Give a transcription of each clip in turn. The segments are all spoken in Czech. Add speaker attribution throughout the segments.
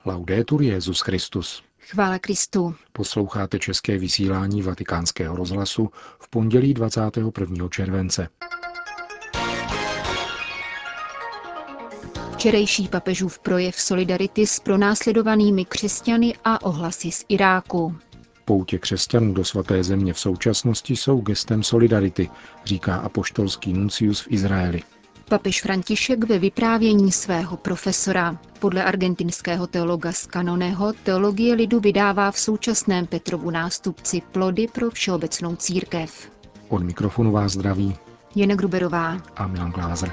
Speaker 1: Laudetur Jesus Christus.
Speaker 2: Chvála Kristu.
Speaker 1: Posloucháte české vysílání Vatikánského rozhlasu v pondělí 21. července.
Speaker 2: Včerejší papežův projev solidarity s pronásledovanými křesťany a ohlasy z Iráku.
Speaker 1: Poutě křesťanů do svaté země v současnosti jsou gestem solidarity, říká apoštolský nuncius v Izraeli.
Speaker 2: Papež František ve vyprávění svého profesora. Podle argentinského teologa Scanoneho teologie lidu vydává v současném Petrovu nástupci plody pro všeobecnou církev.
Speaker 1: Od mikrofonu vás zdraví
Speaker 2: Jana Gruberová
Speaker 1: a Milan Glázer.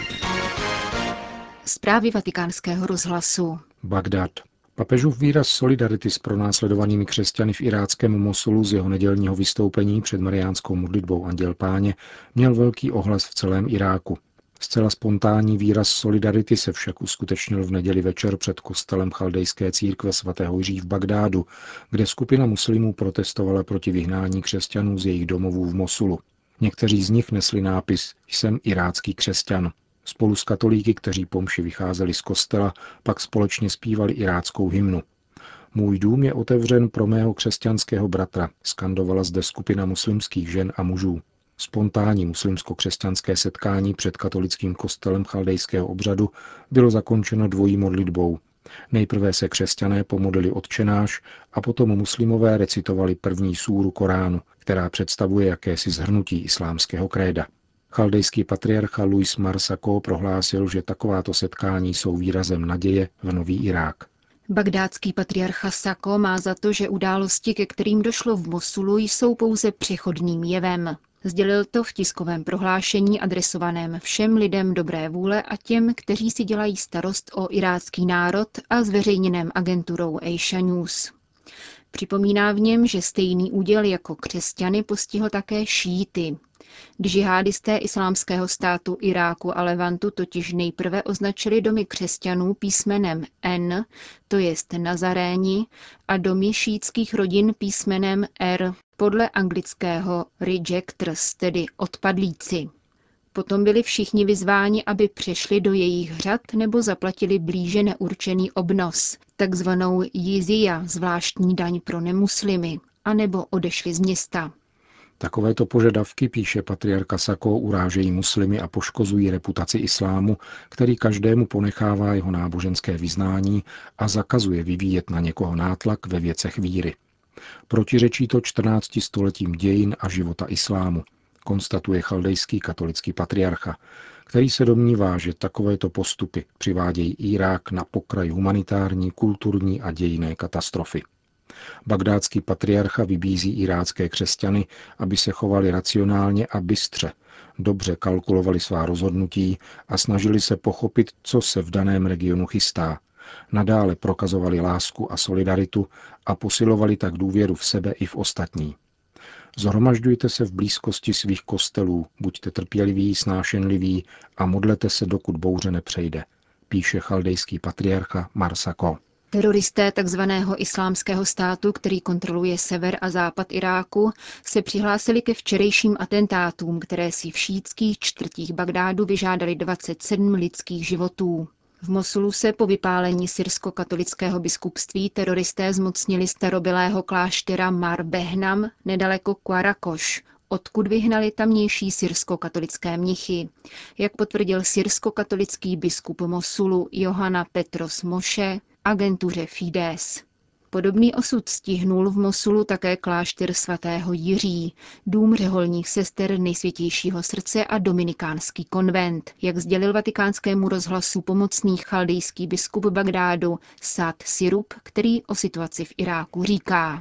Speaker 2: Zprávy Vatikánského rozhlasu.
Speaker 1: Bagdad. Papežův výraz solidarity s pronásledovanými křesťany v iráckém Mosulu z jeho nedělního vystoupení před mariánskou modlitbou Anděl Páně měl velký ohlas v celém Iráku. Zcela spontánní výraz solidarity se však uskutečnil v neděli večer před kostelem chaldejské církve svatého Jiří v Bagdádu, kde skupina muslimů protestovala proti vyhnání křesťanů z jejich domovů v Mosulu. Někteří z nich nesli nápis "Jsem irácký křesťan". Spolu s katolíky, kteří po mši vycházeli z kostela, pak společně zpívali iráckou hymnu. Můj dům je otevřen pro mého křesťanského bratra, skandovala zde skupina muslimských žen a mužů. Spontánní muslimsko-křesťanské setkání před katolickým kostelem chaldejského obřadu bylo zakončeno dvojí modlitbou. Nejprve se křesťané pomodlili Otčenáš a potom muslimové recitovali první súru Koránu, která představuje jakési shrnutí islámského kréda. Chaldejský patriarcha Luis Marsako prohlásil, že takováto setkání jsou výrazem naděje v nový Irák.
Speaker 2: Bagdátský patriarcha Sako má za to, že události, ke kterým došlo v Mosulu, jsou pouze přechodným jevem. Sdělil to v tiskovém prohlášení adresovaném všem lidem dobré vůle a těm, kteří si dělají starost o irácký národ a zveřejněném agenturou Asia News. Připomíná v něm, že stejný úděl jako křesťany postihl také šíity. Džihádisté islámského státu Iráku a Levantu totiž nejprve označili domy křesťanů písmenem N, to jest Nazaréni, a domy šítských rodin písmenem R, podle anglického rejectors, tedy odpadlíci. Potom byli všichni vyzváni, aby přešli do jejich řad nebo zaplatili blíže neurčený obnos, takzvanou jizija, zvláštní daň pro nemuslimy, anebo odešli z města.
Speaker 1: Takovéto požadavky, píše patriarcha Sako, urážejí muslimy a poškozují reputaci islámu, který každému ponechává jeho náboženské vyznání a zakazuje vyvíjet na někoho nátlak ve věcech víry. Protiřečí to 14 stoletím dějin a života islámu, konstatuje chaldejský katolický patriarcha, který se domnívá, že takovéto postupy přivádějí Irák na pokraj humanitární, kulturní a dějinné katastrofy. Bagdátský patriarcha vybízí irácké křesťany, aby se chovali racionálně a bystře, dobře kalkulovali svá rozhodnutí a snažili se pochopit, co se v daném regionu chystá. Nadále prokazovali lásku a solidaritu a posilovali tak důvěru v sebe i v ostatní. Shromažďujte se v blízkosti svých kostelů, buďte trpěliví, snášenliví a modlete se, dokud bouře nepřejde, píše chaldejský patriarcha Marsako.
Speaker 2: Teroristé tzv. Islámského státu, který kontroluje sever a západ Iráku, se přihlásili ke včerejším atentátům, které si v šítských čtvrtích Bagdádu vyžádali 27 lidských životů. V Mosulu se po vypálení syrsko-katolického biskupství teroristé zmocnili starobylého kláštera Mar Behnam nedaleko Quarakoš, odkud vyhnali tamnější syrsko-katolické mnichy. Jak potvrdil syrsko-katolický biskup Mosulu Johana Petros Moshe agentuře Fides. Podobný osud stihnul v Mosulu také klášter svatého Jiří, dům řeholních sester Nejsvětějšího srdce a dominikánský konvent, jak sdělil Vatikánskému rozhlasu pomocný chaldejský biskup Bagdádu Saad Sirup, který o situaci v Iráku říká.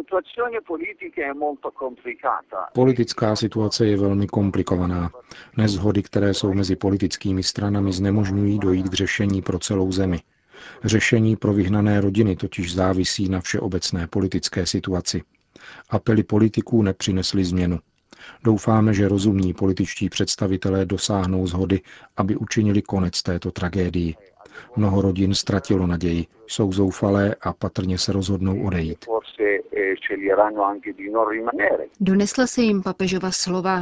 Speaker 1: Politická situace je velmi komplikovaná. Neshody, které jsou mezi politickými stranami, znemožňují dojít k řešení pro celou zemi. Řešení pro vyhnané rodiny totiž závisí na všeobecné politické situaci. Apely politiků nepřinesly změnu. Doufáme, že rozumní političtí představitelé dosáhnou shody, aby učinili konec této tragédii. Mnoho rodin ztratilo naději, jsou zoufalé a patrně se rozhodnou odejít.
Speaker 2: Donesla se jim papežova slova.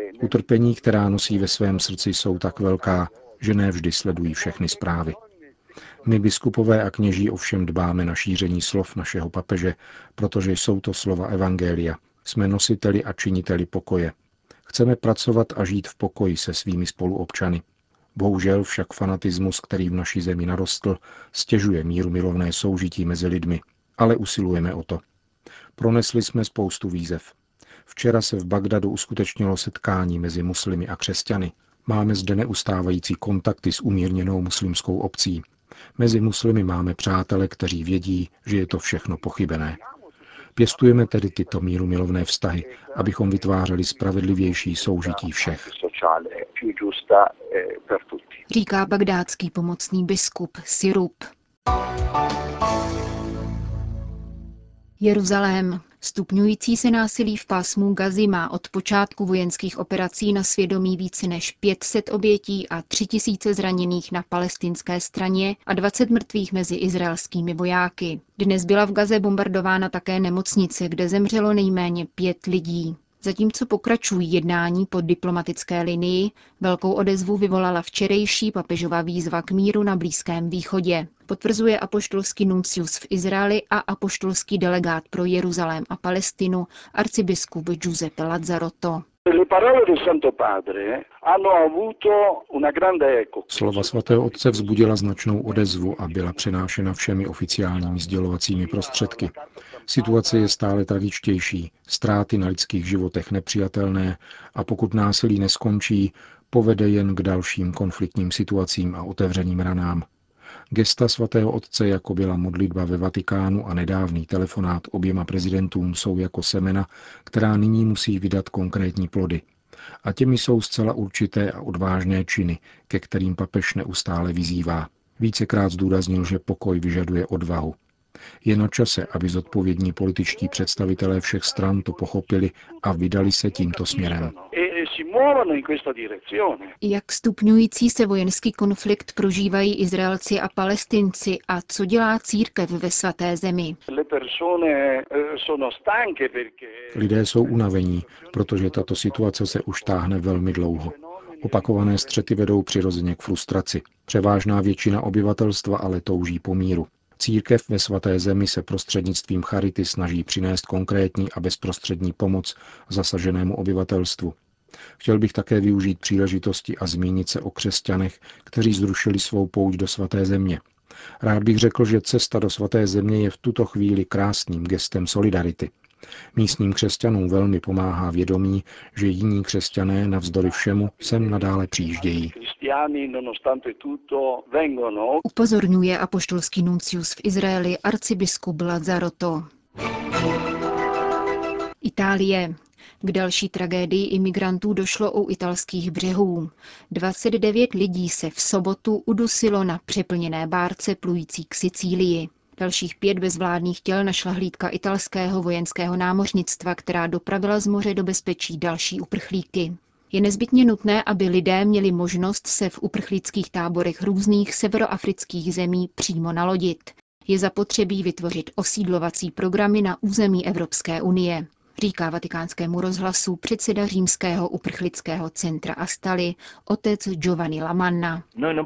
Speaker 1: Utrpení, která nosí ve svém srdci, jsou tak velká, že ne vždy sledují všechny zprávy. My biskupové a kněží ovšem dbáme na šíření slov našeho papeže, protože jsou to slova evangelia. Jsme nositeli a činiteli pokoje. Chceme pracovat a žít v pokoji se svými spoluobčany. Bohužel však fanatismus, který v naší zemi narostl, stěžuje míru milovné soužití mezi lidmi, ale usilujeme o to. Pronesli jsme spoustu výzev. Včera se v Bagdadu uskutečnilo setkání mezi muslimy a křesťany. Máme zde neustávající kontakty s umírněnou muslimskou obcí. Mezi muslimy máme přátele, kteří vědí, že je to všechno pochybené. Pěstujeme tedy tyto mírumilovné vztahy, abychom vytvářeli spravedlivější soužití všech.
Speaker 2: Říká bagdátský pomocný biskup Sirup. Jeruzalém. Stupňující se násilí v pásmu Gazy má od počátku vojenských operací na svědomí více než 500 obětí a 3000 zraněných na palestinské straně a 20 mrtvých mezi izraelskými vojáky. Dnes byla v Gaze bombardována také nemocnice, kde zemřelo nejméně 5 lidí. Zatímco pokračují jednání po diplomatické linii, velkou odezvu vyvolala včerejší papežova výzva k míru na Blízkém východě. Potvrzuje apoštolský nuncius v Izraeli a apoštolský delegát pro Jeruzalém a Palestinu arcibiskup Giuseppe Lazzarotto.
Speaker 1: Slova svatého otce vzbudila značnou odezvu a byla přenášena všemi oficiálními sdělovacími prostředky. Situace je stále tragičtější, ztráty na lidských životech nepřijatelné a pokud násilí neskončí, povede jen k dalším konfliktním situacím a otevřeným ranám. Gesta svatého otce, jako byla modlitba ve Vatikánu a nedávný telefonát oběma prezidentům, jsou jako semena, která nyní musí vydat konkrétní plody. A těmi jsou zcela určité a odvážné činy, ke kterým papež neustále vyzývá. Vícekrát zdůraznil, že pokoj vyžaduje odvahu. Je na čase, aby zodpovědní političtí představitelé všech stran to pochopili a vydali se tímto směrem.
Speaker 2: Jak stupňující se vojenský konflikt prožívají Izraelci a Palestinci a co dělá církev ve svaté zemi?
Speaker 1: Lidé jsou unavení, protože tato situace se už táhne velmi dlouho. Opakované střety vedou přirozeně k frustraci. Převážná většina obyvatelstva ale touží po míru. Církev ve svaté zemi se prostřednictvím charity snaží přinést konkrétní a bezprostřední pomoc zasaženému obyvatelstvu. Chtěl bych také využít příležitosti a zmínit se o křesťanech, kteří zrušili svou pouť do svaté země. Rád bych řekl, že cesta do svaté země je v tuto chvíli krásným gestem solidarity. Místním křesťanům velmi pomáhá vědomí, že jiní křesťané navzdory všemu sem nadále přijíždějí.
Speaker 2: Upozorňuje apoštolský nuncius v Izraeli arcibiskup Lazzarotto. Itálie. K další tragédii imigrantů došlo u italských břehů. 29 lidí se v sobotu udusilo na přeplněné bárce plující k Sicílii. Dalších 5 bezvládných těl našla hlídka italského vojenského námořnictva, která dopravila z moře do bezpečí další uprchlíky. Je nezbytně nutné, aby lidé měli možnost se v uprchlických táborech různých severoafrických zemí přímo nalodit. Je zapotřebí vytvořit osídlovací programy na území Evropské unie, říká Vatikánskému rozhlasu předseda římského uprchlického centra Astali, otec Giovanni Lamanna.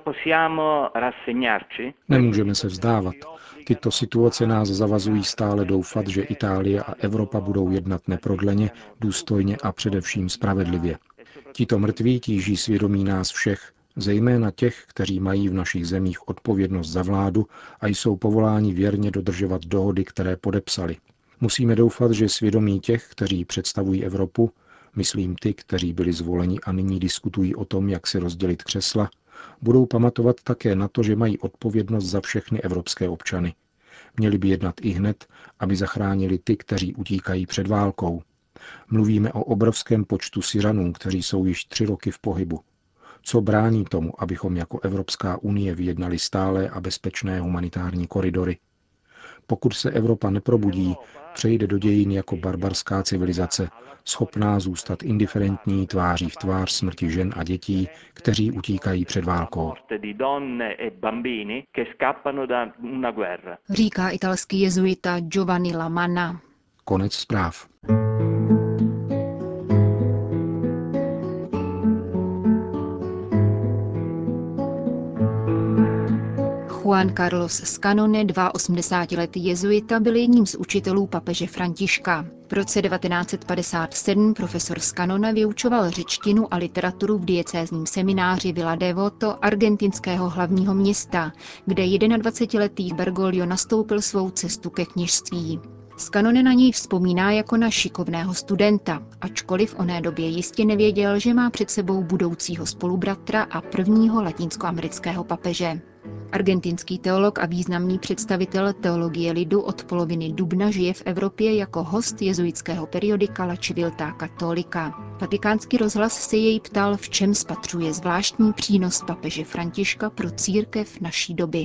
Speaker 1: Nemůžeme se vzdávat. Tyto situace nás zavazují stále doufat, že Itálie a Evropa budou jednat neprodleně, důstojně a především spravedlivě. Tito mrtví tíží svědomí nás všech, zejména těch, kteří mají v našich zemích odpovědnost za vládu a jsou povoláni věrně dodržovat dohody, které podepsali. Musíme doufat, že svědomí těch, kteří představují Evropu, myslím ty, kteří byli zvoleni a nyní diskutují o tom, jak si rozdělit křesla, budou pamatovat také na to, že mají odpovědnost za všechny evropské občany. Měli by jednat ihned, aby zachránili ty, kteří utíkají před válkou. Mluvíme o obrovském počtu Syřanů, kteří jsou již 3 roky v pohybu. Co brání tomu, abychom jako Evropská unie vyjednali stálé a bezpečné humanitární koridory? Pokud se Evropa neprobudí, přejde do dějin jako barbarská civilizace, schopná zůstat indiferentní tváří v tvář smrti žen a dětí, kteří utíkají před válkou.
Speaker 2: Říká italský jezuita Giovanni Lamanna.
Speaker 1: Konec zpráv.
Speaker 2: Juan Carlos Scanone, 82letý jezuita, byl jedním z učitelů papeže Františka. V roce 1957 profesor Scanone vyučoval řečtinu a literaturu v diecézním semináři Villa Devoto argentinského hlavního města, kde 21letý Bergoglio nastoupil svou cestu ke kněžství. Scanone na něj vzpomíná jako na šikovného studenta, ačkoliv v oné době jistě nevěděl, že má před sebou budoucího spolubratra a prvního latinskoamerického papeže. Argentinský teolog a významný představitel teologie lidu od poloviny dubna žije v Evropě jako host jezuitského periodika La Civiltà Cattolica. Vatikánský rozhlas se jej ptal, v čem spatřuje zvláštní přínos papeže Františka pro církev naší doby.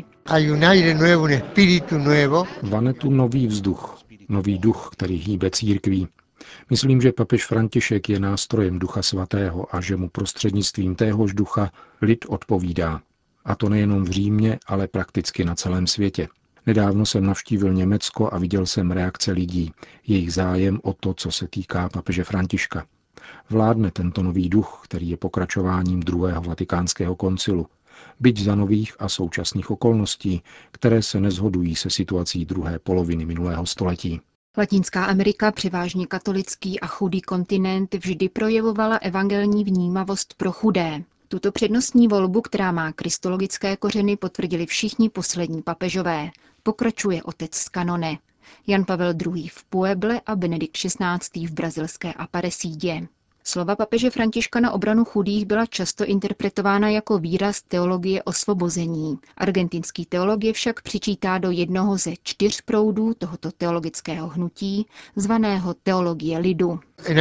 Speaker 1: Vane tu nový vzduch, nový duch, který hýbe církví. Myslím, že papež František je nástrojem Ducha Svatého a že mu prostřednictvím téhož ducha lid odpovídá. A to nejenom v Římě, ale prakticky na celém světě. Nedávno jsem navštívil Německo a viděl jsem reakce lidí, jejich zájem o to, co se týká papeže Františka. Vládne tento nový duch, který je pokračováním druhého vatikánského koncilu, byť za nových a současných okolností, které se neshodují se situací druhé poloviny minulého století.
Speaker 2: Latinská Amerika, převážně katolický a chudý kontinent, vždy projevovala evangelní vnímavost pro chudé. Tuto přednostní volbu, která má kristologické kořeny, potvrdili všichni poslední papežové. Pokračuje otec Scanone. Jan Pavel II. V Pueble a Benedikt XVI. V brazilské Aparecidě. Slova papeže Františka na obranu chudých byla často interpretována jako výraz teologie osvobození. Argentinský teolog je však přičítá do jednoho ze 4 proudů tohoto teologického hnutí, zvaného teologie lidu.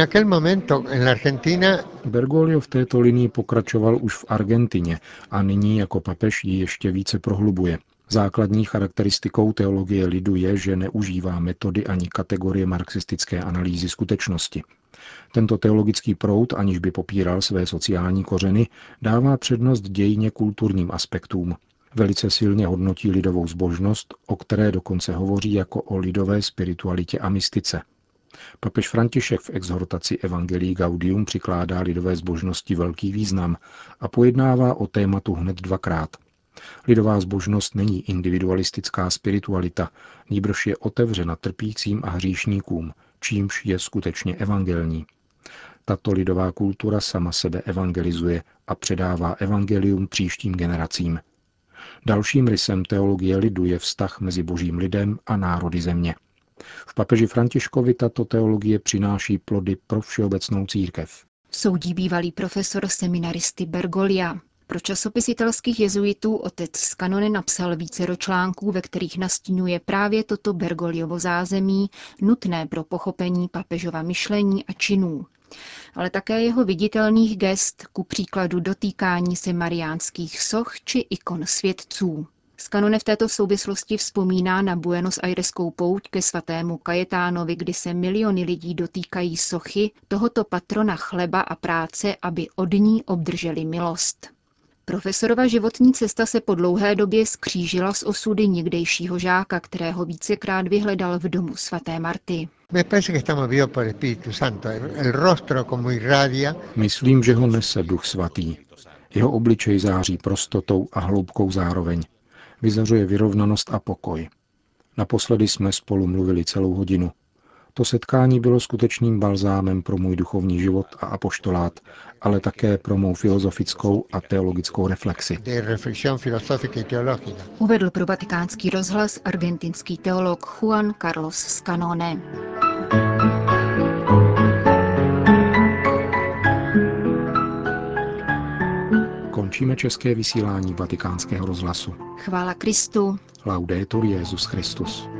Speaker 1: Bergoglio v této linii pokračoval už v Argentině a nyní jako papež ji ještě více prohlubuje. Základní charakteristikou teologie lidu je, že neužívá metody ani kategorie marxistické analýzy skutečnosti. Tento teologický proud, aniž by popíral své sociální kořeny, dává přednost dějně kulturním aspektům. Velice silně hodnotí lidovou zbožnost, o které dokonce hovoří jako o lidové spiritualitě a mystice. Papež František v exhortaci Evangelii Gaudium přikládá lidové zbožnosti velký význam a pojednává o tématu hned 2krát. Lidová zbožnost není individualistická spiritualita, nýbrž je otevřena trpícím a hříšníkům, čímž je skutečně evangelní. Tato lidová kultura sama sebe evangelizuje a předává evangelium příštím generacím. Dalším rysem teologie lidu je vztah mezi božím lidem a národy země. V papeži Františkovi tato teologie přináší plody pro všeobecnou církev.
Speaker 2: Soudí bývalý profesor seminaristy Bergoglia. Pro časopis italských jezuitů otec Scanone napsal vícero článků, ve kterých nastínuje právě toto Bergogliovo zázemí, nutné pro pochopení papežova myšlení a činů. Ale také jeho viditelných gest, ku příkladu dotýkání se mariánských soch či ikon světců. Scanone v této souvislosti vzpomíná na Buenos Aireskou pouť ke svatému Kajetánovi, kdy se miliony lidí dotýkají sochy tohoto patrona chleba a práce, aby od ní obdrželi milost. Profesorova životní cesta se po dlouhé době skřížila s osudy někdejšího žáka, kterého vícekrát vyhledal v domu svaté Marty.
Speaker 1: Myslím, že ho nese Duch Svatý. Jeho obličej září prostotou a hloubkou zároveň. Vyzařuje vyrovnanost a pokoj. Naposledy jsme spolu mluvili celou hodinu. To setkání bylo skutečným balzámem pro můj duchovní život a apoštolát, ale také pro mou filozofickou a teologickou reflexi.
Speaker 2: Uvedl pro Vatikánský rozhlas argentinský teolog Juan Carlos Scanone.
Speaker 1: Končíme české vysílání Vatikánského rozhlasu.
Speaker 2: Chvála Kristu.
Speaker 1: Laudetur Jesus Christus.